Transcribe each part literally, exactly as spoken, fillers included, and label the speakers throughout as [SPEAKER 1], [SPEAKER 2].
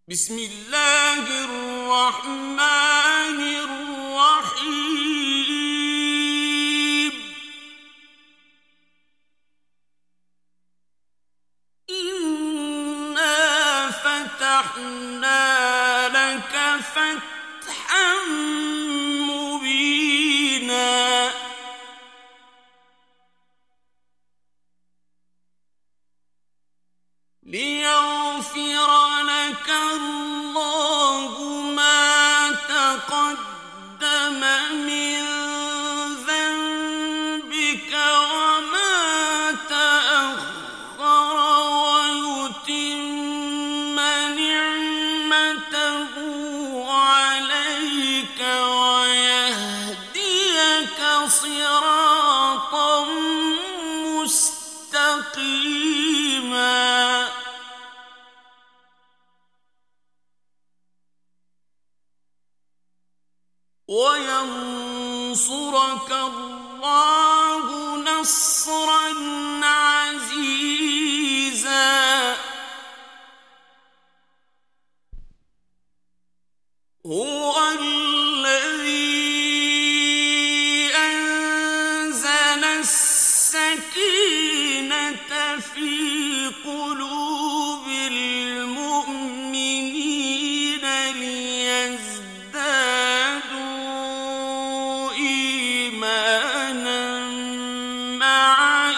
[SPEAKER 1] بسم الله الرحمن الرحيم. إنا فتحنا لك فتحا مبينا ليغفر لك الله ما تقدم من ذنبك وما تأخر ويتم نعمته عليك ويهديك صراطا مستقيما وينصرك الله نصرا عزيزا. هو الذي أنزل السكينة في قلوب المؤمنين ليزدادوا إيمانا مع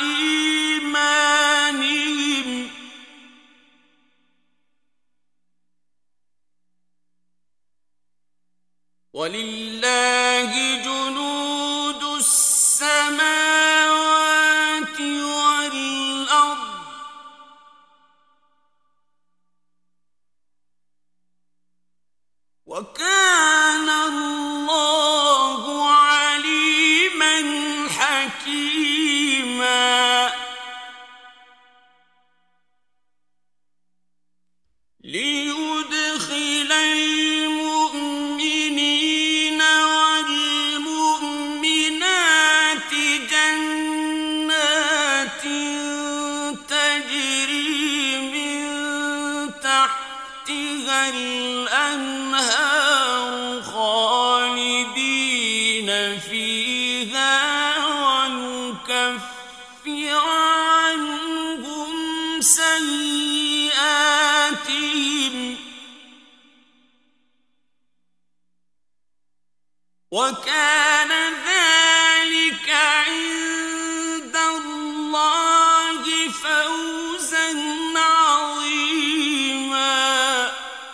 [SPEAKER 1] إيمانهم ولله جنود السماوات والأرض وكان الله عليما حكيما. ليدخل المؤمنين والمؤمنات جنات تجري من تحتها الأنهار خالدين فيها ويكفر عنهم سيئاتهم وكان ذلك عند الله فوزا عظيما.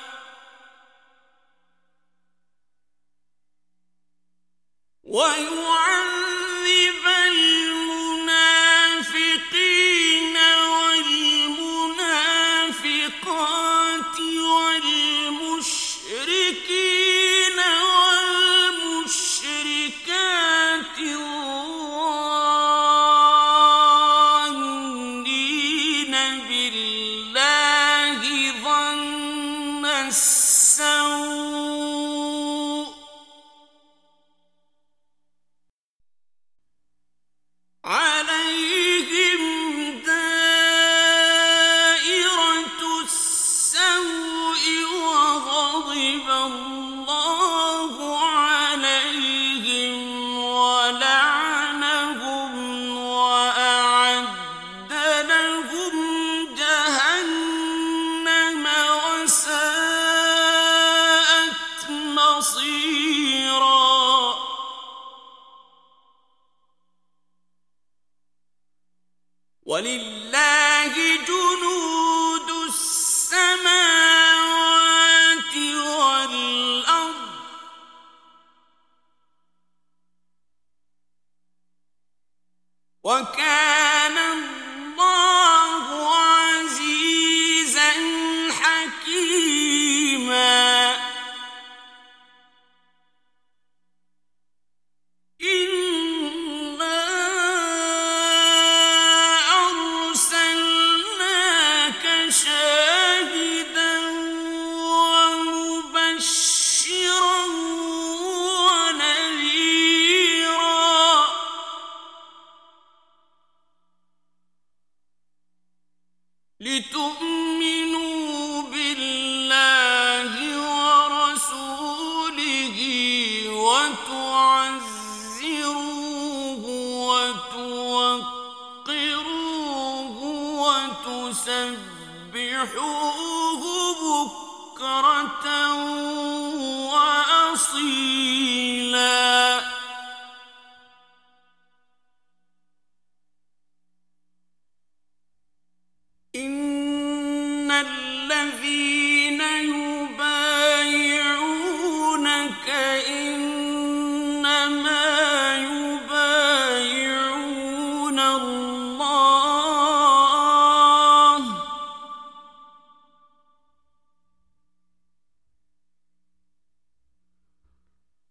[SPEAKER 1] ويعذب المنافقين والمنافقات والمشركين والمشركات الظانين بالله ظن السوء عليهم دائرة السوء وغضب الله عليهم ولعنهم وأعد لهم جهنم وساءت مصيرا. ولله جنود السماوات والأرض وكان الله عزيزا حكيما. إنا أرسلناك شاهدا ومبشرا ونذيرا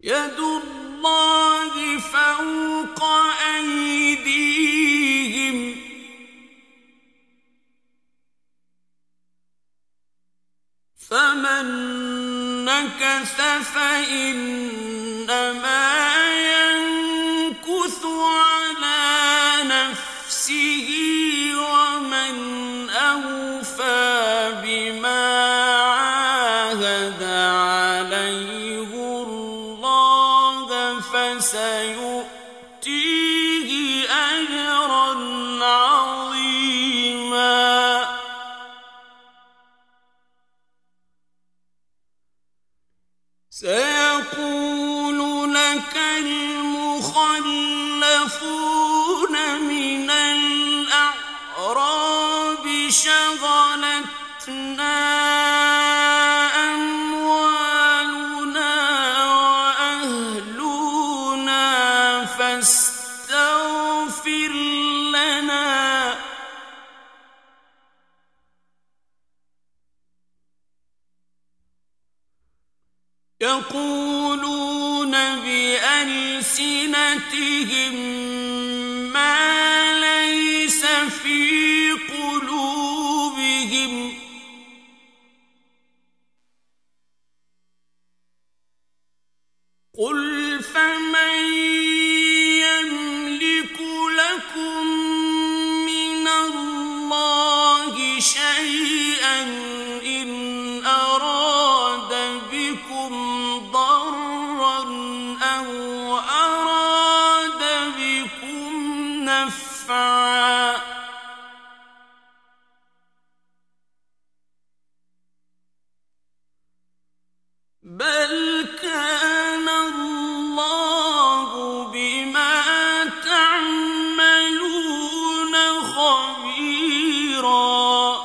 [SPEAKER 1] يد الله فوق أيديهم فمن نكث فإنما ينكث على نفسه ومن أوفى بما عاهد عليه الله فسيؤتيه أجرا عظيما سيقول لك المخلفون من الأعراب شغلتنا أموالنا وأهلنا فاستغفر لنا يقولون بألسنتهم ما ليس في قلوبهم قل فمن يملك لكم من الله شيئا إن أراد بكم ضرا أو أراد بكم نفعا بل كان الله بما تعملون خبيرا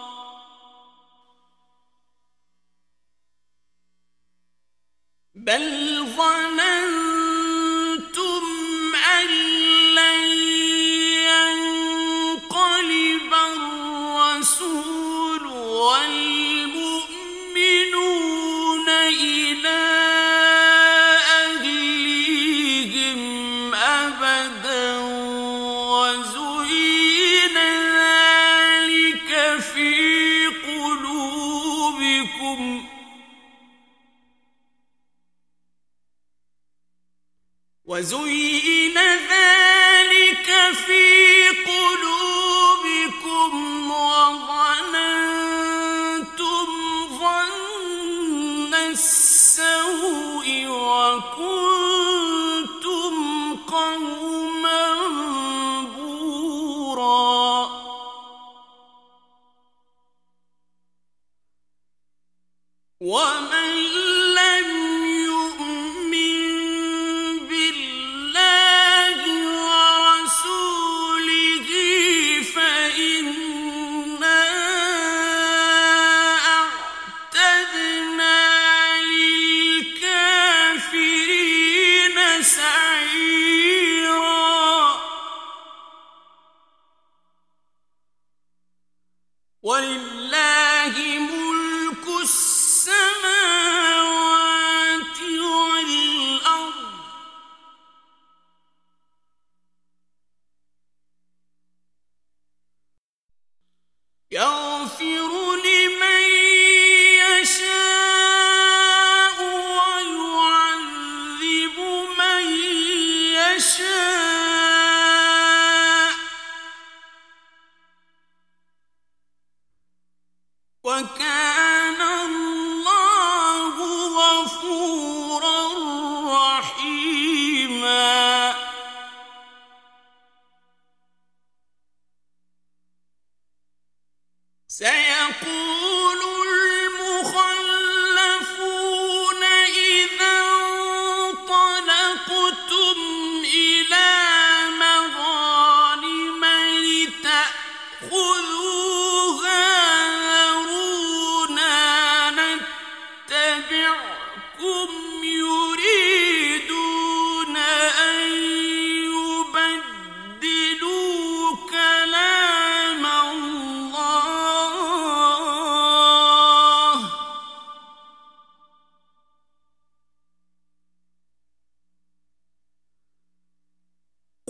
[SPEAKER 1] بل ظننتم أن لن ينقلب الرسول والمؤمنون إلى أهليهم أبدا وزين ذلك في قلوبكم وزين ذلك في قلوبكم وظننتم ظن السوء وكنتم قوما بورا ومن لم يؤمن بالله ورسوله فإنا أعتدنا للكافرين سعيرا ولله ملك السماوات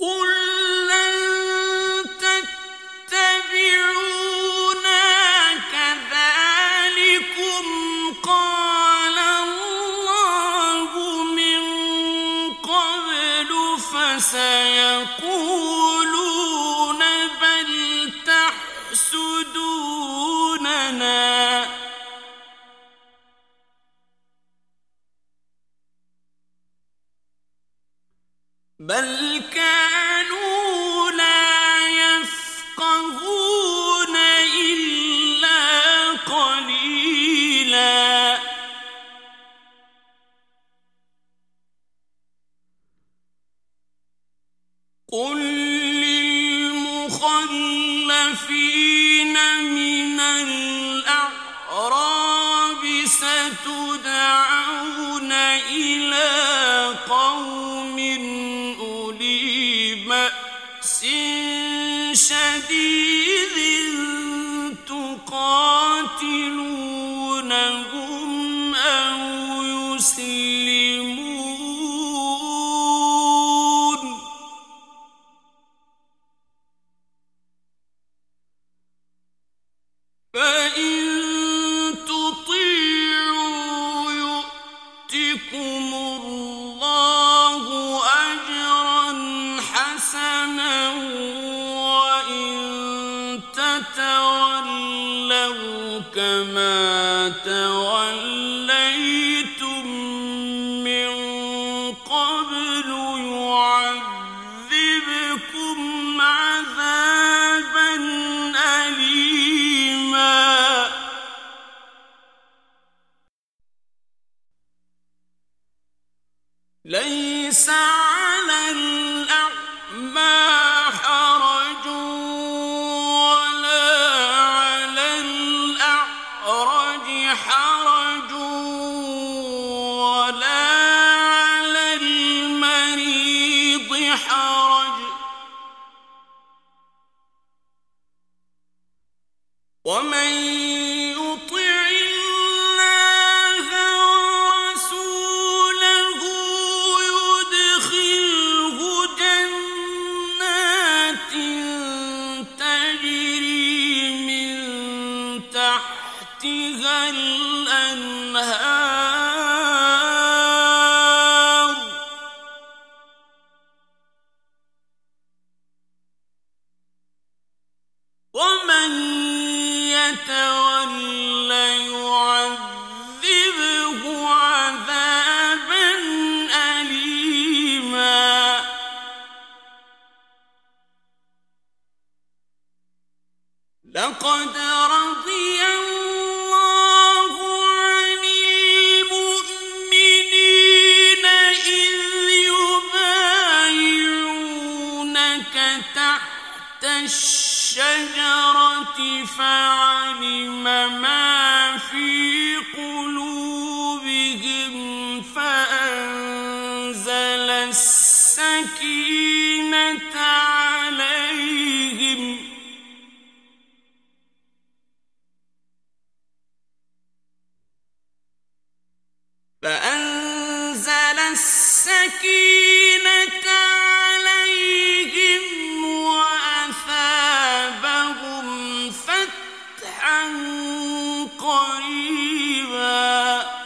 [SPEAKER 1] قُل لَّن تَتَّبِعُونَا كَذَٰلِكُمْ قَالَ اللَّهُ مِن قَبْلُ فَسَيَقُولُونَ بَلْ تَحْسُدُونَنَا بَلْ كَانُوا لَا يَفْقَهُونَ إِلَّا قَلِيلًا قُل لِّلْمُخَلَّفِينَ مِنَ الْأَعْرَابِ سَتُدْعَوْنَ إِلَىٰ قَوْمٍ أُولِي بَأْسٍ شَدِيدٍ تُقَاتِلُونَهُمْ أَوْ يُسْلِمُونَ فَإِن تُطِيعُوا يُؤْتِكُمُ اللَّهُ أَجْرًا حَسَنًا وَإِن تَتَوَلَّوْا كَمَا تَوَلَّيْتُم مِّن قَبْلُ يُعَذِّبْكُمْ عَذَابًا أَلِيمًا لَيْسَ عَلَى الْأَعْمَىٰ حَرَجٌ وَلَا عَلَى الْأَعْرَجِ حَرَجٌ وَلَا عَلَى الْمَرِيضِ حَرَجٌ وَمَن يُطِعِ اللَّهَ وَرَسُولَهُ يُدْخِلْهُ جَنَّاتٍ تَجْرِي مِن تَحْتِهَا الْأَنْهَارُ وَمَن يَتَوَلَّ يُعَذِّبْهُ عَذَابًا أَلِيمًا لَقَدْ رَضِيَ اللَّهُ عَنِ الْمُؤْمِنِينَ إِذْ يُبَايِعُونَكَ تَحْتَ الشَّجَرَةِ فَعَلِمَ مَا فِي قُلُوبِهِمْ فَأَنزَلَ السَّكِينَةَ عَلَيْهِمْ فَأَنزَلَ السَّكِينَةَ عَلَيْهِمْ وَأَثَابَهُمْ فَتْحًا قَرِيبًا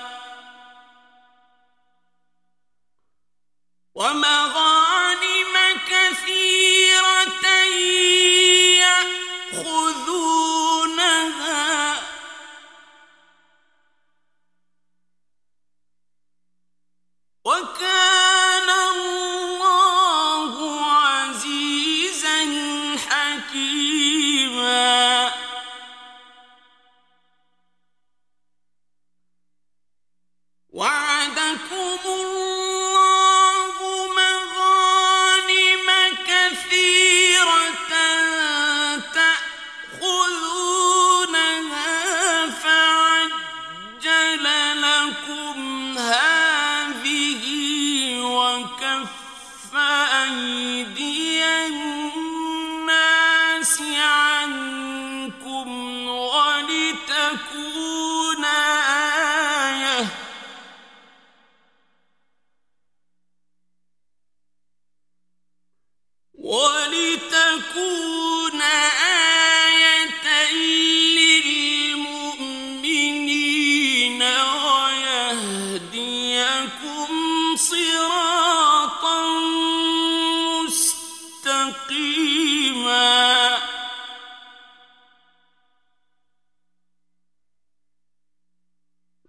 [SPEAKER 1] وَمَغَانِمَ كَثِيرَةً يَأْخُذُونَهَا وَكَانَ اللَّهُ عَزِيزًا حَكِيمًا وَعَدَكُمُ اللَّهُ مَغَانِمَ كَثِيرَةً تَأْخُذُونَهَا فَعَجَّلَ لَكُمْ هَٰذِهِ وَكَفَّ أَيْدِيَ النَّاسِ عَنكُمْ وَلِتَكُونَ آيَةً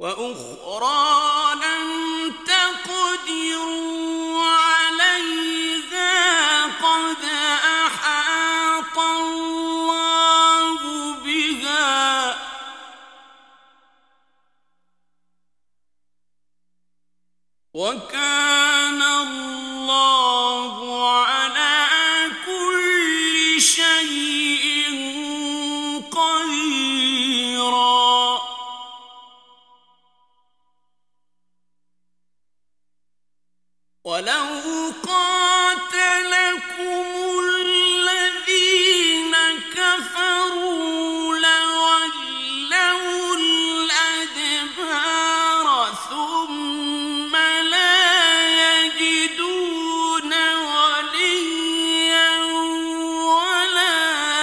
[SPEAKER 1] وأخرى لم تقدروا عليها قد أحاط الله بها وكان الله على كل شيء قديرا. ولو قاتلكم الذين كفروا لولوا الأدبار ثم لا يجدون وليا ولا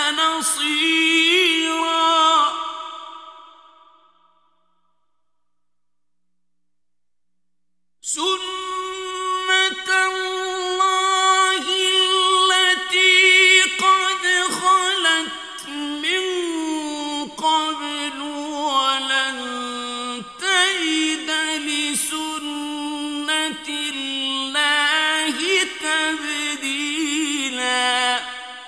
[SPEAKER 1] نصيرا. سنة الله التي قد خلت من قبل ولن تجد لسنة الله تبديلا.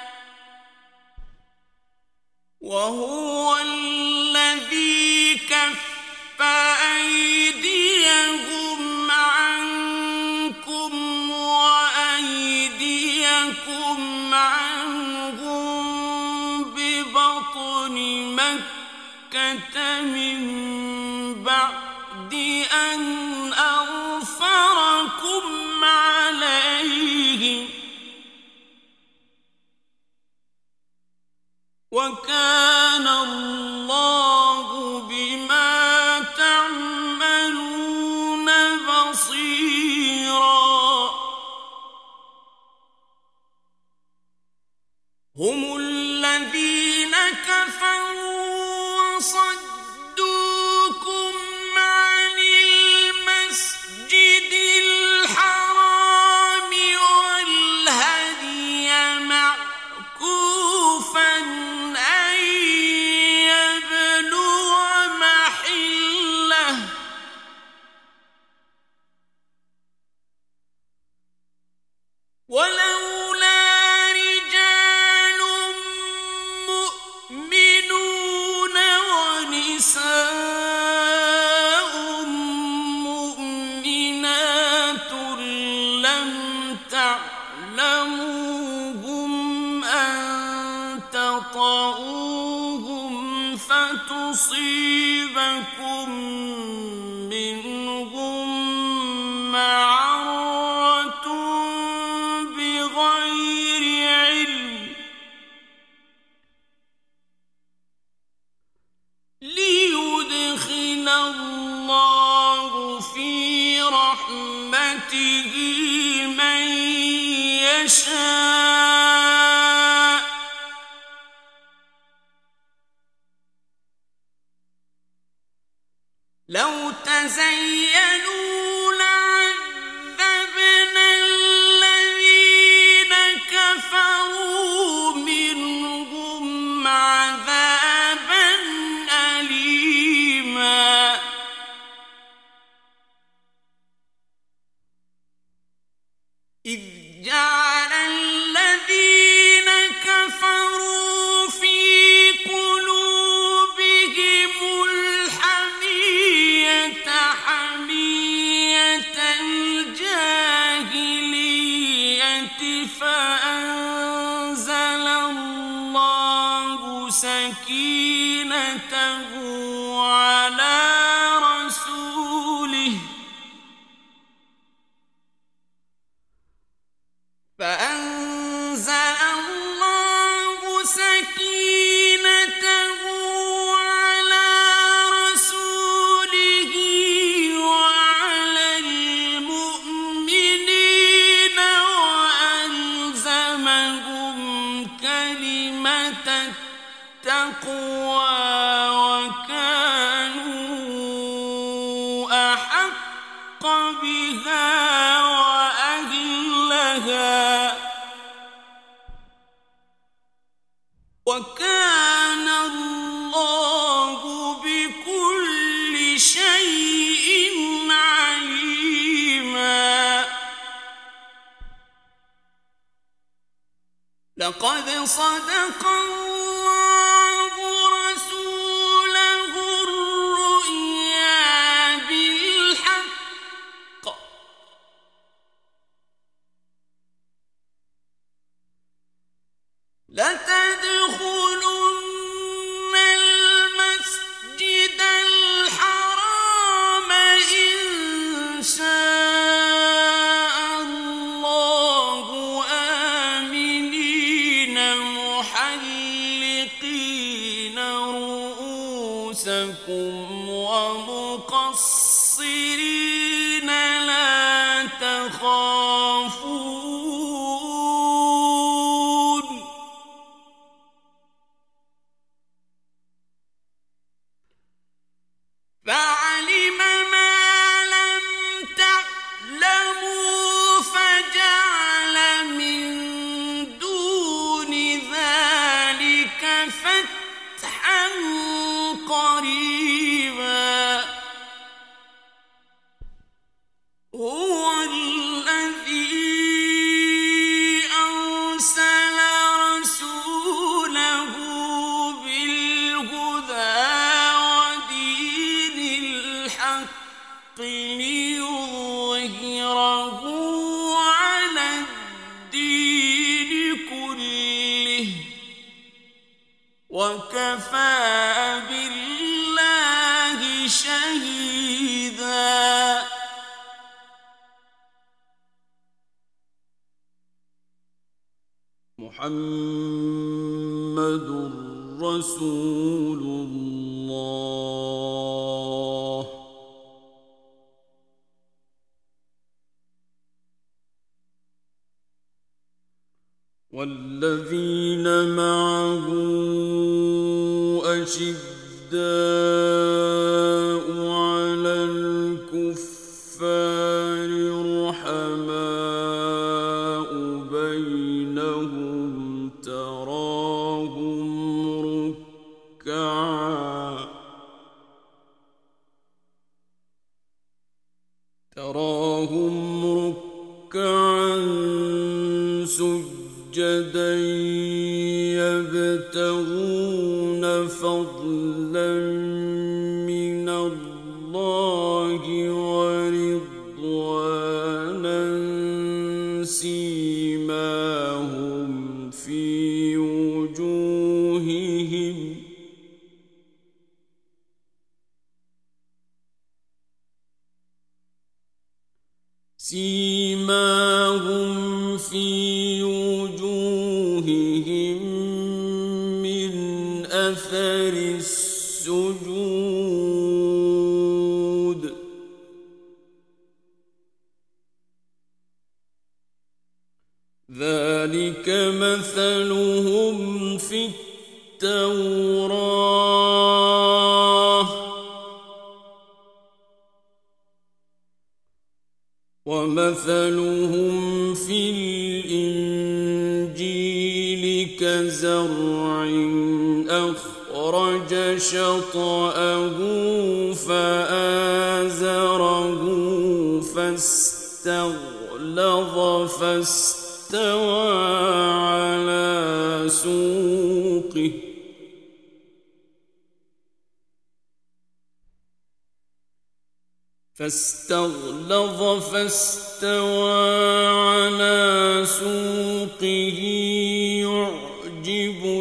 [SPEAKER 1] وهو الذي كف أيديهم عنكم وأيديكم عنهم ببطن مكة من بعد أن أظفركم عليهم وكان الله بما تعملون بصيرا. هم الذين كفروا وصدوكم عن المسجد الحرام والهدي معكوفا أن يبلغ محله ولولا رجال مؤمنون ونساء مؤمنات لم تعلموهم أن تطؤوهم فتصيبكم منهم معرة بغير علم ليدخل الله في رحمته من يشاء لو تزينوا لعذبنا الذين كفروا منهم عذابا أليما. إذ جعل الذين كفروا في قلوبهم الحمية حمية الجاهلية فأنزل الله سكينته على رسوله فأنزل الله سكينته على رسوله وعلى المؤمنين وألزمهم كلمة التقوى وكانوا أحق بها وأهلها وكان الله بكل شيء لقد صدق الله رسوله الرؤيا بالحق لتدخلن المسجد الحرام إن شاء الله آمنين محلقين رؤوسكم ومقصرين لا تخافون فعلم ما لم تعلموا فجعل من دون ذلك فتحا قريبا هو الذي أرسل رسوله بالهدى ودين الحق ليظهره على الدين كله وكفى بالله شهيدا محمد رسول الله والذين معه أشداء على الكفار رحماء بينهم تراهم ركعا تراهم ركعا سجدا يبتغون فضلا من الله ورضوانا سيماهم في وجوههم سيماهم في وجوههم من أثر السجود ذلك مثلهم في التوراة ومثلهم في الإنجيل كزرع أخرج شطأه فآزره فاستغلظ فاستوى على سوقه فاستغلظ فاستوى على سوقه يعجب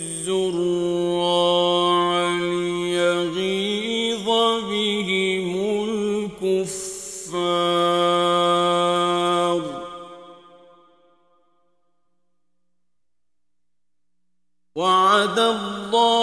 [SPEAKER 1] الزراع ليغيظ بهم الكفار وعد الله